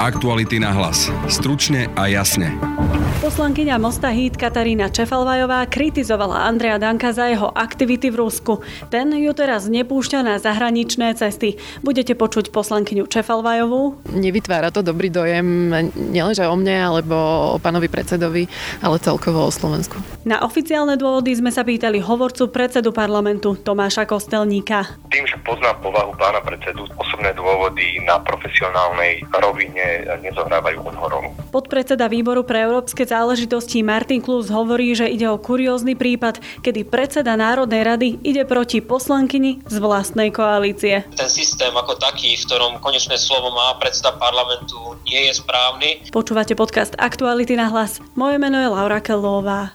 Aktuality na hlas. Stručne a jasne. Poslankyňa Mosta Híd Katarína Čefalvajová kritizovala Andreja Danka za jeho aktivity v Rusku. Ten ju teraz nepúšťa na zahraničné cesty. Budete počuť poslankyňu Čefalvajovú? Nevytvára to dobrý dojem nielenže o mne, alebo o pánovi predsedovi, ale celkovo o Slovensku. Na oficiálne dôvody sme sa pýtali hovorcu predsedu parlamentu Tomáša Kostelníka. Tým, že poznám povahu pána predsedu, osobné dôvody na profesionálnej rovine nezohrávajú rolu. Podpredseda výboru pre európske záležitosti Martin Klus hovorí, že ide o kuriózny prípad, kedy predseda Národnej rady ide proti poslankyni z vlastnej koalície. Ten systém ako taký, v ktorom konečné slovo má predseda parlamentu, nie je správny. Počúvate podcast Aktuality na hlas. Moje meno je Laura Kellová.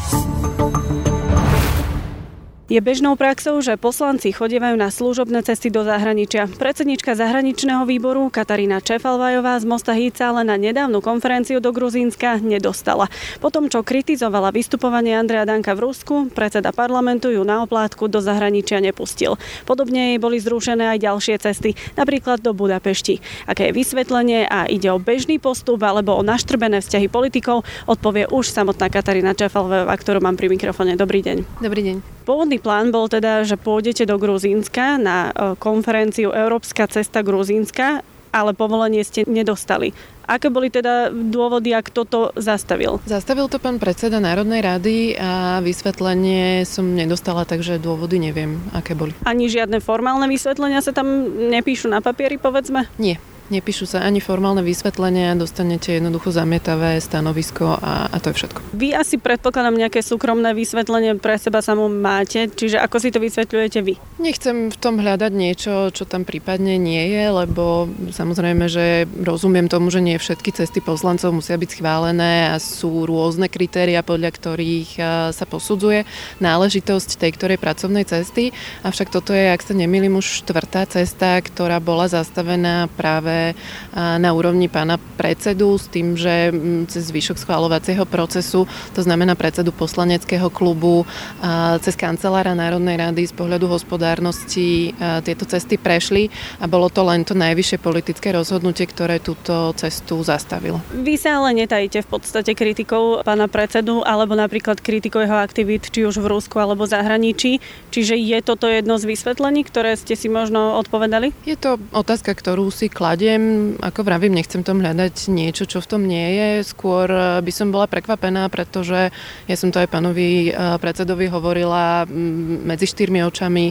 Je bežnou praxou, že poslanci chodievajú na služobné cesty do zahraničia. Predsednička zahraničného výboru Katarína Čefalvajová z Mosta Híd sa ale na nedávnu konferenciu do Gruzínska nedostala. Potom, čo kritizovala vystupovanie Andreja Danka v Rusku, predseda parlamentu ju na oplátku do zahraničia nepustil. Podobne jej boli zrušené aj ďalšie cesty, napríklad do Budapešti. Aké je vysvetlenie a ide o bežný postup alebo o naštrbené vzťahy politikov, odpovie už samotná Katarína Čefalvajová, ktorú mám pri mikrofóne. Dobrý deň. Dobrý deň. Pôvodný plán bol teda, že pôjdete do Gruzínska na konferenciu Európska cesta Gruzínska, ale povolenie ste nedostali. Aké boli teda dôvody, ak toto zastavil? Zastavil to pán predseda Národnej rady a vysvetlenie som nedostala, takže dôvody neviem, aké boli. Ani žiadne formálne vysvetlenia sa tam nepíšu na papieri, povedzme? Nie. Nepíšu sa ani formálne vysvetlenia, dostanete jednoducho zamietavé stanovisko a to je všetko. Vy asi predpokladám nejaké súkromné vysvetlenie pre seba samú máte, čiže ako si to vysvetľujete vy? Nechcem v tom hľadať niečo, čo tam prípadne nie je, lebo samozrejme, že rozumiem tomu, že nie všetky cesty poslancov musia byť schválené a sú rôzne kritériá, podľa ktorých sa posudzuje náležitosť tej ktorej pracovnej cesty. Avšak toto je, ak sa nemýlim, už 4. cesta, ktorá bola zastavená práve na úrovni pána predsedu s tým, že cez zvyšok schvaľovacieho procesu, to znamená predsedu poslaneckého klubu, cez kancelára Národnej rady z pohľadu hospodárnosti tieto cesty prešli a bolo to len to najvyššie politické rozhodnutie, ktoré túto cestu zastavilo. Vy sa ale netajíte v podstate kritikou pána predsedu alebo napríklad kritikou jeho aktivít, či už v Rusku alebo v zahraničí. Čiže je toto jedno z vysvetlení, ktoré ste si možno odpovedali? Je to otázka, ktorú si kladiem. Ako vravím, nechcem tom hľadať niečo, čo v tom nie je. Skôr by som bola prekvapená, pretože ja som to aj pánovi predsedovi hovorila medzi 4 očami.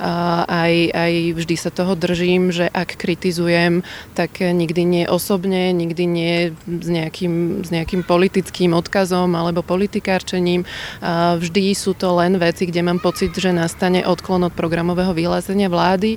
Aj vždy sa toho držím, že ak kritizujem, tak nikdy nie osobne, nikdy nie s nejakým politickým odkazom alebo politikárčením. Vždy sú to len veci, kde mám pocit, že nastane odklon od programového vyhlásenia vlády,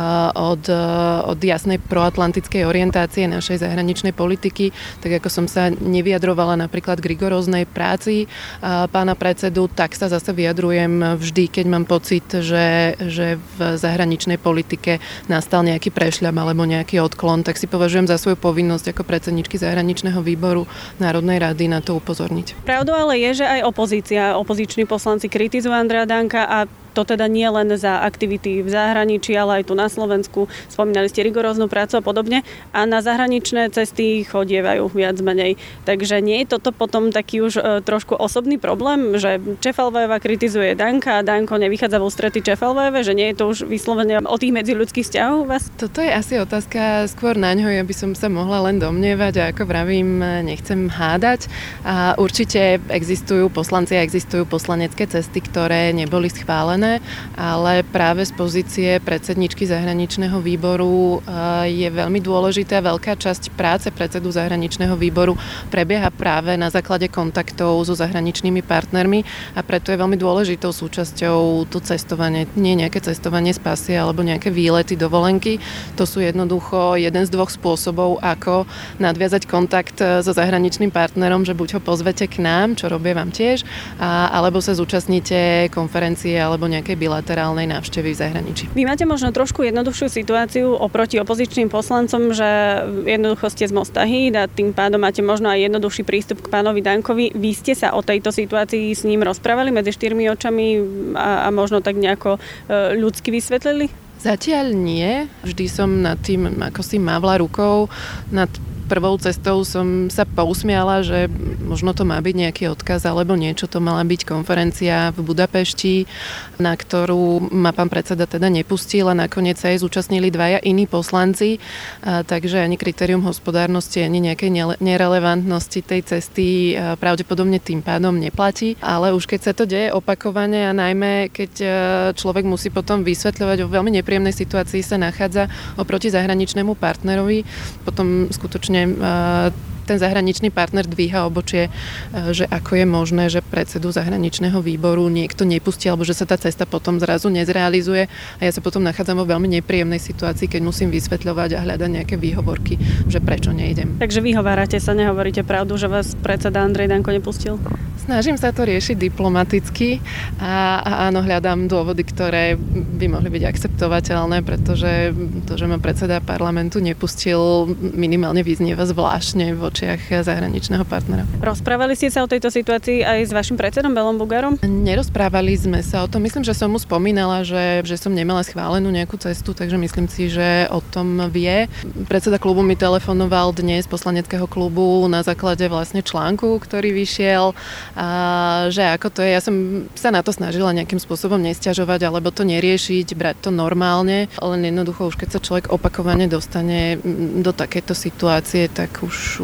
od jasnej proatlantickej orientácie našej zahraničnej politiky, tak ako som sa nevyjadrovala napríklad k rigoróznej práci pána predsedu, tak sa zase vyjadrujem vždy, keď mám pocit, že v zahraničnej politike nastal nejaký prešľap alebo nejaký odklon, tak si považujem za svoju povinnosť ako predsedničky zahraničného výboru Národnej rady na to upozorniť. Pravdou ale je, že aj opoziční poslanci kritizujú Andreja Danka a to teda nie len za aktivity v zahraničí, ale aj tu na Slovensku. Spomínali ste rigoróznu prácu a podobne. A na zahraničné cesty chodievajú viac menej. Takže nie je toto potom taký už trošku osobný problém, že Čefalvajová kritizuje Danka a Danko nevychádza v ústrety Čefalvajove, že nie je to už vyslovene o tých medziľudských vzťahoch vás? Toto je asi otázka skôr naňho, ja by som sa mohla len domnievať a ako vravím, nechcem hádať. A určite existujú poslanci a existujú poslanecké cesty, ktoré neboli schválené, ale práve z pozície predsedničky zahraničného výboru je veľmi dôležitá veľká časť práce predsedu zahraničného výboru prebieha práve na základe kontaktov so zahraničnými partnermi a preto je veľmi dôležitou súčasťou to cestovanie. Nie nejaké cestovanie z pasie alebo nejaké výlety, dovolenky. To sú jednoducho jeden z 2 spôsobov, ako nadviazať kontakt so zahraničným partnerom, že buď ho pozvete k nám, čo robia vám tiež, alebo sa zúčastníte konferencie alebo nejakej bilaterálnej návštevy v zahraničí. Vy máte možno trošku jednoduchšiu situáciu oproti opozičným poslancom, že jednoducho ste z Mosta Híd a tým pádom máte možno aj jednoduchší prístup k pánovi Dankovi. Vy ste sa o tejto situácii s ním rozprávali medzi 4 očami a možno tak nejako ľudsky vysvetlili? Zatiaľ nie. Vždy som nad tým, ako si mávla rukou, nad prvou cestou som sa pousmiala, že možno to má byť nejaký odkaz alebo niečo, to mala byť konferencia v Budapešti, na ktorú ma pán predseda teda nepustil a nakoniec sa jej zúčastnili dvaja iní poslanci, takže ani kritérium hospodárnosti, ani nejakej nerelevantnosti tej cesty pravdepodobne tým pádom neplatí, ale už keď sa to deje opakovane a najmä keď človek musí potom vysvetľovať, o veľmi nepríjemnej situácii sa nachádza oproti zahraničnému partnerovi, potom skutočne ten zahraničný partner dvíha obočie, že ako je možné, že predsedu zahraničného výboru niekto nepustí, alebo že sa tá cesta potom zrazu nezrealizuje a ja sa potom nachádzam vo veľmi nepríjemnej situácii, keď musím vysvetľovať a hľadať nejaké výhovorky, že prečo nejdem. Takže vyhovárate sa, nehovoríte pravdu, že vás predseda Andrej Danko nepustil? Snažím sa to riešiť diplomaticky a áno, hľadám dôvody, ktoré by mohli byť akceptovateľné, pretože to, že ma predseda parlamentu nepustil, minimálne vyznieva zvláštne v očiach zahraničného partnera. Rozprávali ste sa o tejto situácii aj s vašim predsedom Belom Bugarom? Nerozprávali sme sa o tom. Myslím, že som mu spomínala, že som nemala schválenú nejakú cestu, takže myslím si, že o tom vie. Predseda klubu mi telefonoval dnes, poslaneckého klubu, na základe vlastne článku, ktorý vyšiel, a že ako to je. Ja som sa na to snažila nejakým spôsobom nesťažovať alebo to neriešiť, brať to normálne, len jednoducho už keď sa človek opakovane dostane do takéto situácie, tak už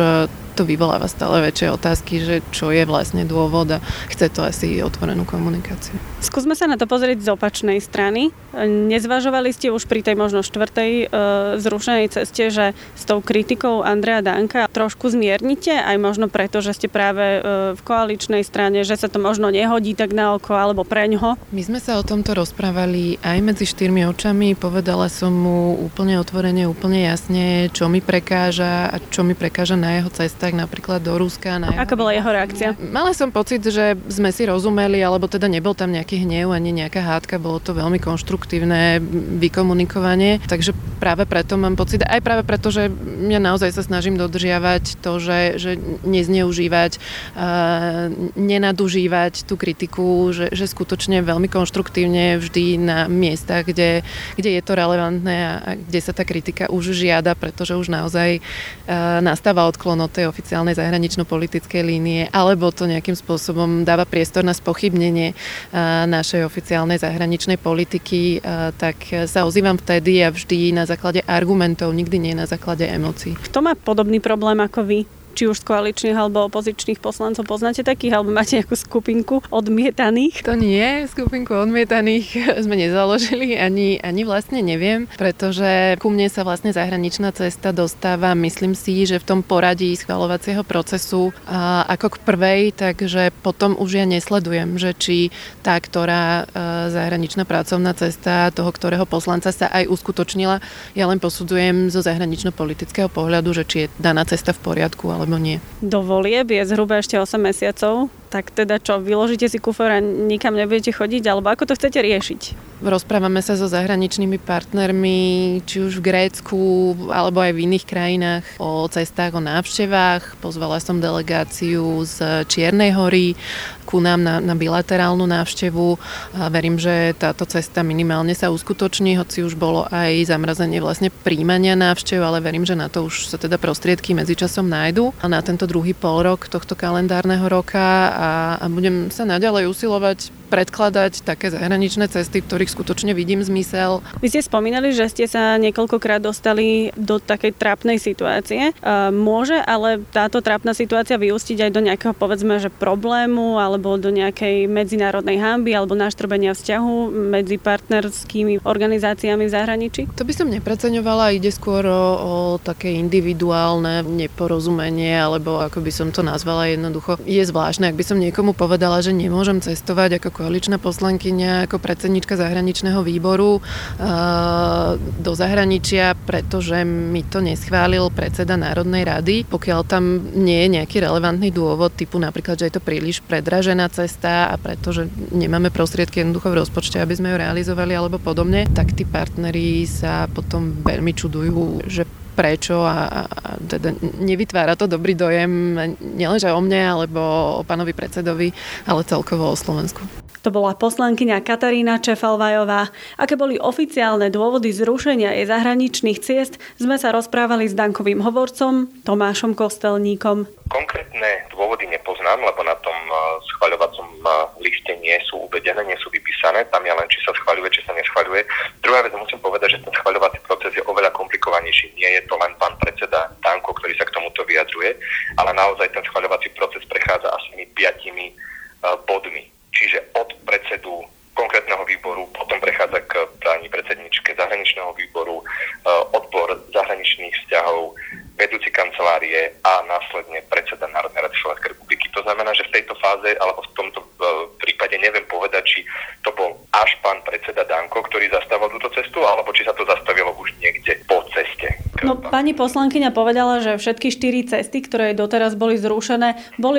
to vyvoláva stále väčšie otázky, že čo je vlastne dôvod a chce to asi otvorenú komunikáciu. Skúsme sa na to pozrieť z opačnej strany. Nezvažovali ste už pri tej možno štvrtej zrušenej ceste, že s tou kritikou Andreja Danka trošku zmiernite, aj možno preto, že ste práve v koaličnej strane, že sa to možno nehodí tak na oko alebo preňho? My sme sa o tomto rozprávali aj medzi štyrmi očami. Povedala som mu úplne otvorene, úplne jasne, čo mi prekáža a čo mi prekáža na jeho cestách, napríklad do Ruska. Aká bola jeho reakcia? Mala som pocit, že sme si rozumeli, alebo teda nebol tam nejaký hnev ani nejaká hádka, bolo to veľmi konštruktívne vykomunikovanie, takže práve preto mám pocit, aj práve preto, že ja naozaj sa snažím dodržiavať to, že nezneužívať, nenadužívať tú kritiku, že skutočne veľmi konštruktívne vždy na miestach, kde je to relevantné a kde sa tá kritika už žiada, pretože už naozaj nastáva odklon od tej oficiálnej zahranično-politickej línie, alebo to nejakým spôsobom dáva priestor na spochybnenie našej oficiálnej zahraničnej politiky, tak sa ozývam vtedy a vždy na základe argumentov, nikdy nie na základe emócií. Kto má podobný problém ako vy? Či už z koaličných alebo opozičných poslancov poznáte takých, alebo máte nejakú skupinku odmietaných? To nie, skupinku odmietaných sme nezaložili, ani vlastne neviem, pretože ku mne sa vlastne zahraničná cesta dostáva, myslím si, že v tom poradí schvaľovacieho procesu ako k prvej, takže potom už ja nesledujem, že či tá, ktorá zahraničná pracovná cesta toho, ktorého poslanca sa aj uskutočnila, ja len posudzujem zo zahranično-politického pohľadu, že či je daná cesta v poriadku, alebo nie. Do volieb je zhruba ešte 8 mesiacov, tak teda čo, vyložíte si kufor a nikam nebudete chodiť, alebo ako to chcete riešiť? Rozprávame sa so zahraničnými partnermi, či už v Grécku, alebo aj v iných krajinách o cestách, o návštevách. Pozvala som delegáciu z Čiernej Hory ku nám na bilaterálnu návštevu. A verím, že táto cesta minimálne sa uskutoční, hoci už bolo aj zamrazenie vlastne príjmania návštev, ale verím, že na to už sa teda prostriedky medzičasom nájdu. A na tento druhý polrok tohto kalendárneho roka a budem sa naďalej usilovať predkladať také zahraničné cesty, v ktorých skutočne vidím zmysel. Vy ste spomínali, že ste sa niekoľkokrát dostali do takej trápnej situácie. Môže ale táto trápna situácia vyústiť aj do nejakého, povedzme, že problému alebo do nejakej medzinárodnej hanby alebo naštrbenia vzťahu medzi partnerskými organizáciami v zahraničí? To by som nepreceňovala, ide skôr o také individuálne neporozumenie, alebo ako by som to nazvala jednoducho. Je zvláštne, ak by som niekomu povedala, že nemôžem cestovať ako koaličná poslankyňa, ako predsednička zahraničného výboru do zahraničia, pretože mi to neschválil predseda Národnej rady. Pokiaľ tam nie je nejaký relevantný dôvod, typu napríklad, že je to príliš predražená cesta a pretože nemáme prostriedky jednoducho v rozpočte, aby sme ju realizovali alebo podobne, tak tí partneri sa potom veľmi čudujú, že prečo a teda nevytvára to dobrý dojem nielenže o mne alebo o pánovi predsedovi, ale celkovo o Slovensku. To bola poslankyňa Katarína Čefalvajová. Aké boli oficiálne dôvody zrušenia jej zahraničných ciest, sme sa rozprávali s Dankovým hovorcom Tomášom Kostelníkom. Konkrétne dôvody nepoznám, lebo na tom schvaľovacom liste nie sú uvedené, nie sú vypísané. Tam je len, či sa schvaľuje, či sa neschvaľuje. Druhá vec, musím povedať, že ten schvaľovací proces je oveľa komplikovanejší. Nie je to len pán predseda Danko, ktorý sa k tomuto vyjadruje, ale naozaj ten schvaľovací proces prechádza asi 5 bodmi. Čiže od predsedu konkrétneho výboru, potom prechádza k pani predsedničke zahraničného výboru, odbor zahraničných vzťahov, vedúci kancelárie a následne predseda Národnej rady Slovenskej republiky. To znamená, že v tejto fáze, alebo v tomto prípade neviem povedať, či to bol až pán predseda Danko, ktorý zastavil túto cestu, alebo či sa to zastavilo už niekde po ceste. No, pani poslankyňa povedala, že všetky 4 cesty, ktoré doteraz boli zrušené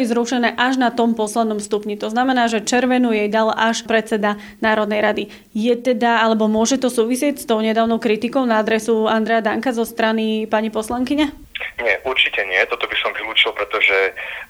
až na tom poslednom stupni. To znamená, že červenú jej dal až predseda Národnej rady. Je teda, alebo môže to súvisieť s tou nedávnou kritikou na adresu Andreja Danka zo strany pani poslankyne? Nie, určite nie. Toto by som vylúčil, pretože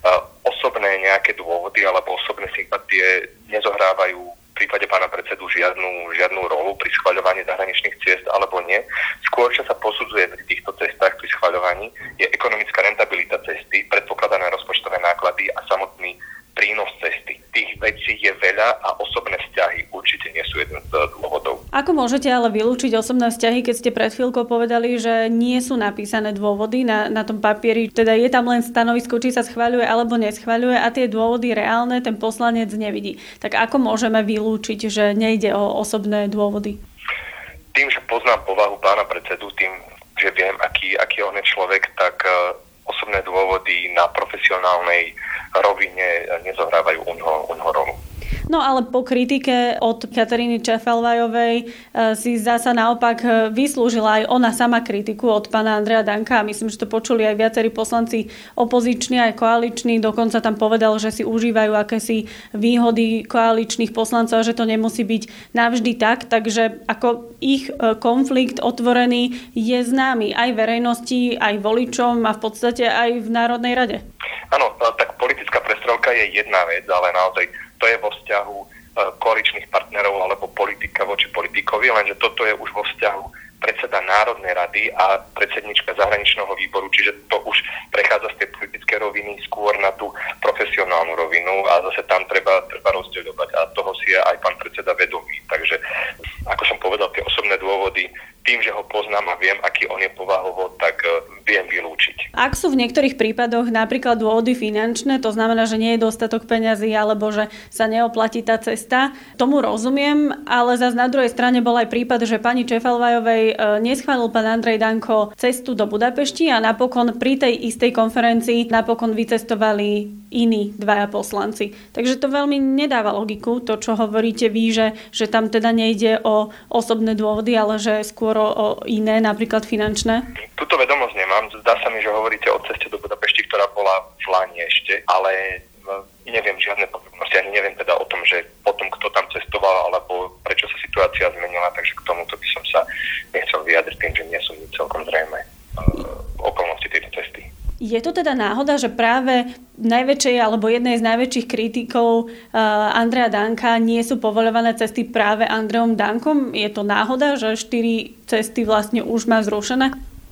osobné nejaké dôvody alebo osobné sympatie nezohrávajú v prípade pána predsedu žiadnu rolu pri schvaľovaní zahraničných ciest alebo nie. Skôr, čo sa posudzuje pri týchto cestách pri schvaľovaní, je ekonomická rentabilita cesty, predpokladané rozpočtové náklady a samotný prínos cesty. Tých vecí je veľa a osobné vzťahy určite nie sú jeden z dôvodov. Ako môžete ale vylúčiť osobné vzťahy, keď ste pred chvíľkou povedali, že nie sú napísané dôvody na tom papieri, teda je tam len stanovisko, či sa schvaľuje alebo neschvaľuje a tie dôvody reálne ten poslanec nevidí. Tak ako môžeme vylúčiť, že nejde o osobné dôvody? Tým, že poznám povahu pána predsedu, tým, že viem, aký on je človek, tak osobné dôvody na profesionálnej rovine nezohrávajú u ňoho rolu. No ale po kritike od Kataríny Čefalvajovej si zasa naopak vyslúžila aj ona sama kritiku od pána Andreja Danka a myslím, že to počuli aj viacerí poslanci opoziční aj koaliční. Dokonca tam povedal, že si užívajú akési výhody koaličných poslancov a že to nemusí byť navždy tak. Takže ako ich konflikt otvorený je známy aj verejnosti, aj voličom a v podstate aj v Národnej rade. Áno, tak politická prestrelka je jedna vec, ale naozaj to je vo vzťahu koaličných partnerov alebo politika voči politikovi, lenže toto je už vo vzťahu predseda Národnej rady a predsednička zahraničného výboru, čiže to už prechádza z tej politické roviny skôr na tú profesionálnu rovinu a zase tam treba rozdeľovať a toho si je aj pán predseda vedomý. Takže, ako som povedal, tie osobné dôvody, tým, že ho poznám a viem, aký on je povahovo, tak viem vylúčiť. Ak sú v niektorých prípadoch napríklad dôvody finančné, to znamená, že nie je dostatok peňazí alebo že sa neoplatí tá cesta, tomu rozumiem, ale zase na druhej strane bol aj prípad, že pani Čefalvajovej neschválil pán Andrej Danko cestu do Budapešti a napokon pri tej istej konferencii napokon vycestovali iní 2 poslanci. Takže to veľmi nedáva logiku, to čo hovoríte vy, že tam teda nejde o osobné dôvody, ale že skôr o iné, napríklad finančné? Túto vedomosť nemám. Zdá sa mi, že hovoríte o ceste do Budapešti, ktorá bola v lani ešte, ale neviem žiadne podrobnosti. Ani neviem teda o tom, že potom kto tam cestoval, alebo prečo sa situácia zmenila, takže k tomuto by som sa nechcel vyjadriť tým, že nie sú mi celkom zrejme okolnosti tejto cesty. Je to teda náhoda, že práve najväčšej alebo jednej z najväčších kritikov Andreja Danka nie sú povoľované cesty práve Andrejom Dankom? Je to náhoda, že 4 cesty vlastne už má zrušené?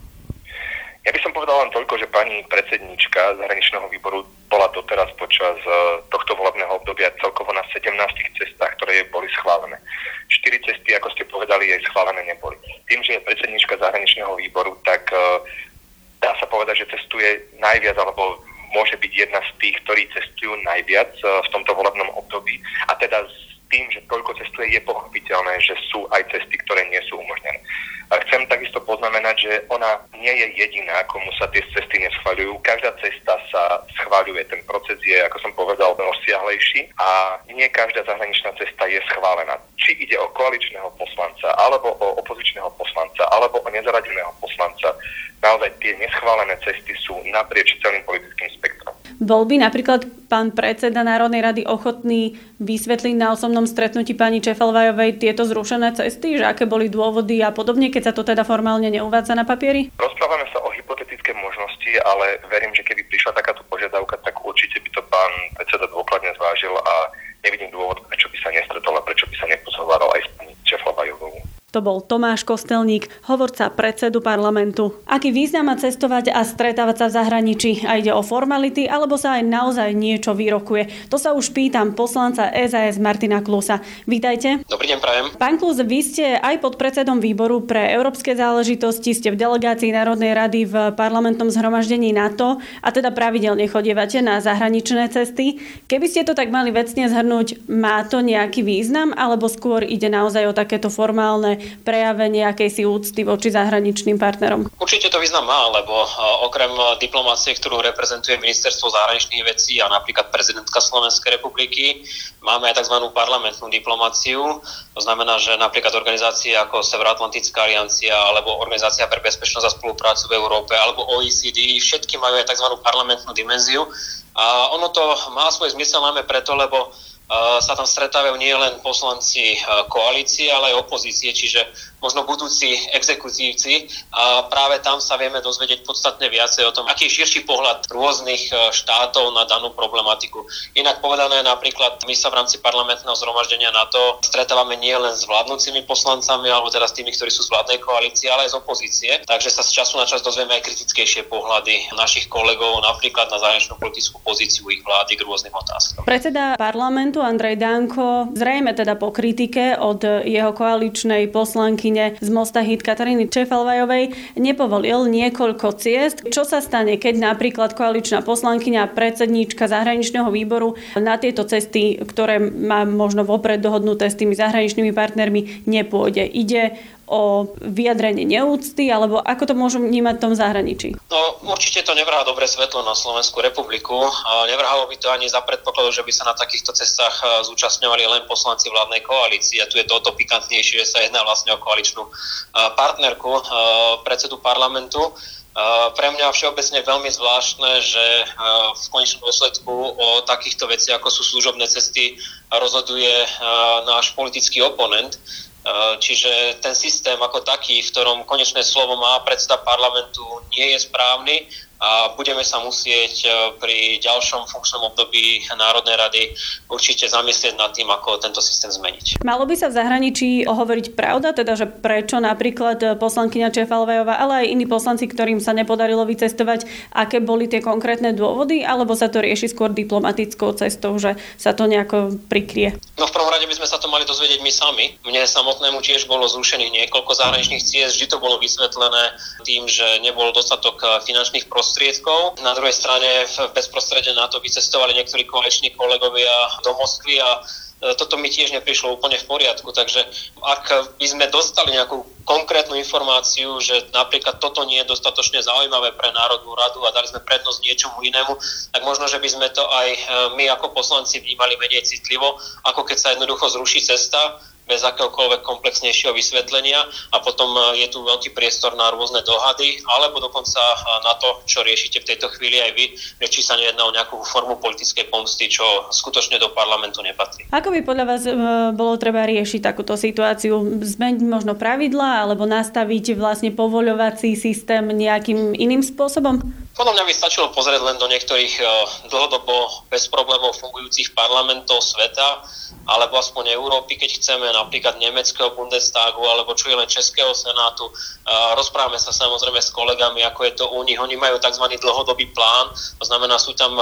Ja by som povedal len toľko, že pani predsednička zahraničného výboru bola doteraz počas tohto volebného obdobia celkovo na 17 cestách, ktoré jej boli schválené. 4 cesty, ako ste povedali, jej schválené neboli. Tým, že je predsednička zahraničného výboru, tak dá sa povedať, že cestuje najviac, alebo môže byť jedna z tých, ktorí cestujú najviac v tomto volebnom období. A teda s tým, že toľko cestuje, je pochopiteľné, že sú aj cesty, ktoré nie sú umožnené. A chcem takisto poznamenať, že ona nie je jediná, komu sa tie cesty neschvaľujú. Každá cesta sa schvaľuje. Ten proces je, ako som povedal, rozsiahlejší a nie každá zahraničná cesta je schválená. Či ide o koaličného poslanca, alebo o opozičného poslanca, alebo o nezaradeného poslanca. Naozaj tie neschválené cesty sú naprieč celým politickým spektrom. Bol by napríklad pán predseda Národnej rady ochotný vysvetliť na osobnom stretnutí pani Čefalvajovej tieto zrušené cesty, že aké boli dôvody a podobne, keď sa to teda formálne neuvádza na papieri? Rozprávame sa o hypotetické možnosti, ale verím, že keby prišla takáto požiadavka, tak určite by to pán predseda dôkladne zvážil a nevidím dôvod, prečo by sa nestretol a prečo by sa nepozhováral aj s pani Čefalvajovou. To bol Tomáš Kostelník, hovorca predsedu parlamentu. Aký význam má cestovať a stretávať sa v zahraničí? A ide o formality, alebo sa aj naozaj niečo vyrokuje? To sa už pýtam poslanca SAS Martina Klusa. Vítajte. Dobrý deň, prajem. Pán Klus, vy ste aj podpredsedom výboru pre európske záležitosti, ste v delegácii Národnej rady v parlamentnom zhromaždení NATO a teda pravidelne chodievate na zahraničné cesty. Keby ste to tak mali vecne zhrnúť, má to nejaký význam, alebo skôr ide naozaj o takéto formálne prejavenie akejsi úcty voči zahraničným partnerom? Určite to význam má, lebo okrem diplomácie, ktorú reprezentuje Ministerstvo zahraničných vecí a napríklad prezidentka Slovenskej republiky, máme aj tzv. Parlamentnú diplomáciu. To znamená, že napríklad organizácie ako Severoatlantická aliancia alebo Organizácia pre bezpečnosť a spoluprácu v Európe alebo OECD, všetky majú aj tzv. Parlamentnú dimenziu. A ono to má svoj zmysel najmä preto, lebo sa tam stretávajú nie len poslanci koalície, ale aj opozície, čiže možno budúci exekutívci a práve tam sa vieme dozvedieť podstatne viacej o tom, aký je širší pohľad rôznych štátov na danú problematiku. Inak povedané, napríklad my sa v rámci parlamentného zhromaždenia NATO stretávame nie len s vládnúcimi poslancami, alebo teda s tými, ktorí sú z vládnej koalície, ale aj z opozície, takže sa z času na čas dozvieme aj kritickejšie pohľady našich kolegov, napríklad na zahraničnú politickú pozíciu ich vlády k rôznym otázkam. Predseda parlamentu Andrej Danko zrejme teda po kritike od jeho koaličnej poslankyne z Mosta Híd Kataríny Čefalvajovej nepovolil niekoľko ciest. Čo sa stane, keď napríklad koaličná poslankyňa, predsedníčka zahraničného výboru na tieto cesty, ktoré má možno vopred dohodnuté s tými zahraničnými partnermi, nepôjde? Ide o vyjadrenie neúcty, alebo ako to môžu vnímať v tom zahraničí? No, určite to nevrhá dobre svetlo na Slovenskú republiku. Nevrhalo by to ani za predpokladu, že by sa na takýchto cestách zúčastňovali len poslanci vládnej koalície. A tu je to o to pikantnejšie, že sa jedná vlastne o koaličnú partnerku predsedu parlamentu. Pre mňa všeobecne veľmi zvláštne, že v konečnom dôsledku o takýchto veciach, ako sú služobné cesty, rozhoduje náš politický oponent. Čiže ten systém ako taký, v ktorom konečné slovo má predseda parlamentu, nie je správny a budeme sa musieť pri ďalšom funkčnom období Národnej rady určite zamyslieť nad tým, ako tento systém zmeniť. Malo by sa v zahraničí hovoriť pravda, teda že prečo napríklad poslankyňa Čefalvajová, ale aj iní poslanci, ktorým sa nepodarilo vycestovať, aké boli tie konkrétne dôvody, alebo sa to rieši skôr diplomatickou cestou, že sa to nejako prikrie? No v prvom rade by sme sa to mali dozvedieť my sami. Mne samotnému tiež bolo zrušených niekoľko zahraničných ciest, vždy to bolo vysvetlené tým, že nebol dostatok finančných prostriedkov. Na druhej strane bezprostredne na to vycestovali niektorí koaliční kolegovia do Moskvy a toto mi tiež neprišlo úplne v poriadku, takže ak by sme dostali nejakú konkrétnu informáciu, že napríklad toto nie je dostatočne zaujímavé pre Národnú radu a dali sme prednosť niečomu inému, tak možno, že by sme to aj my ako poslanci vnímali menej citlivo, ako keď sa jednoducho zruší cesta bez akéhokoľvek komplexnejšieho vysvetlenia a potom je tu veľký priestor na rôzne dohady alebo dokonca na to, čo riešite v tejto chvíli aj vy, či sa nejedná o nejakú formu politickej pomsty, čo skutočne do parlamentu nepatrí. Ako by podľa vás bolo treba riešiť takúto situáciu? Zmeniť možno pravidlá alebo nastaviť vlastne povoľovací systém nejakým iným spôsobom? Podľa mňa by stačilo pozrieť len do niektorých dlhodobo bez problémov fungujúcich parlamentov sveta, alebo aspoň Európy, keď chceme, napríklad nemeckého Bundestagu, alebo čo je len českého senátu. Rozprávame sa samozrejme s kolegami, ako je to u nich. Oni majú tzv. Dlhodobý plán, to znamená, sú tam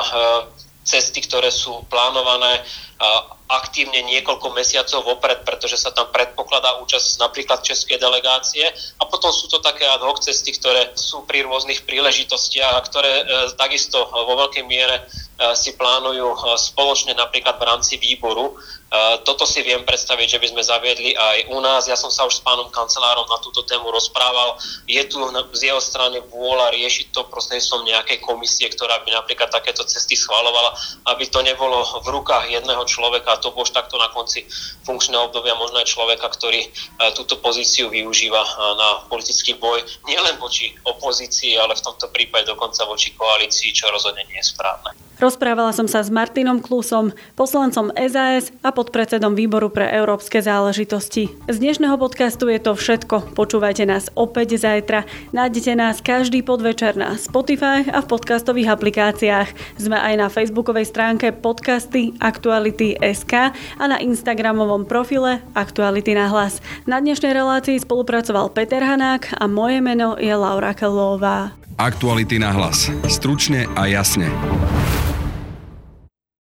cesty, ktoré sú plánované aktívne niekoľko mesiacov vopred, pretože sa tam predpokladá účasť napríklad českej delegácie a potom sú to také ad hoc cesty, ktoré sú pri rôznych príležitostiach a ktoré takisto vo veľkej miere si plánujú spoločne napríklad v rámci výboru. Toto si viem predstaviť, že by sme zaviedli aj u nás. Ja som sa už s pánom kancelárom na túto tému rozprával. Je tu z jeho strany vôľa riešiť to prostredníctvom nejakej komisie, ktorá by napríklad takéto cesty schvaľovala, aby to nebolo v rukách jedného človeka, a to už takto na konci funkčného obdobia možno aj človeka, ktorý túto pozíciu využíva na politický boj nielen voči opozícii, ale v tomto prípade dokonca voči koalícii, čo rozhodne nie je správne. Rozprávala som sa s Martinom Klusom, poslancom SAS a podpredsedom výboru pre európske záležitosti. Z dnešného podcastu je to všetko. Počúvajte nás opäť zajtra. Nájdete nás každý podvečer na Spotify a v podcastových aplikáciách. Sme aj na facebookovej stránke podcasty Aktuality.sk a na instagramovom profile Aktuality na hlas. Na dnešnej relácii spolupracoval Peter Hanák a moje meno je Laura Kellová. Aktuality na hlas. Stručne a jasne.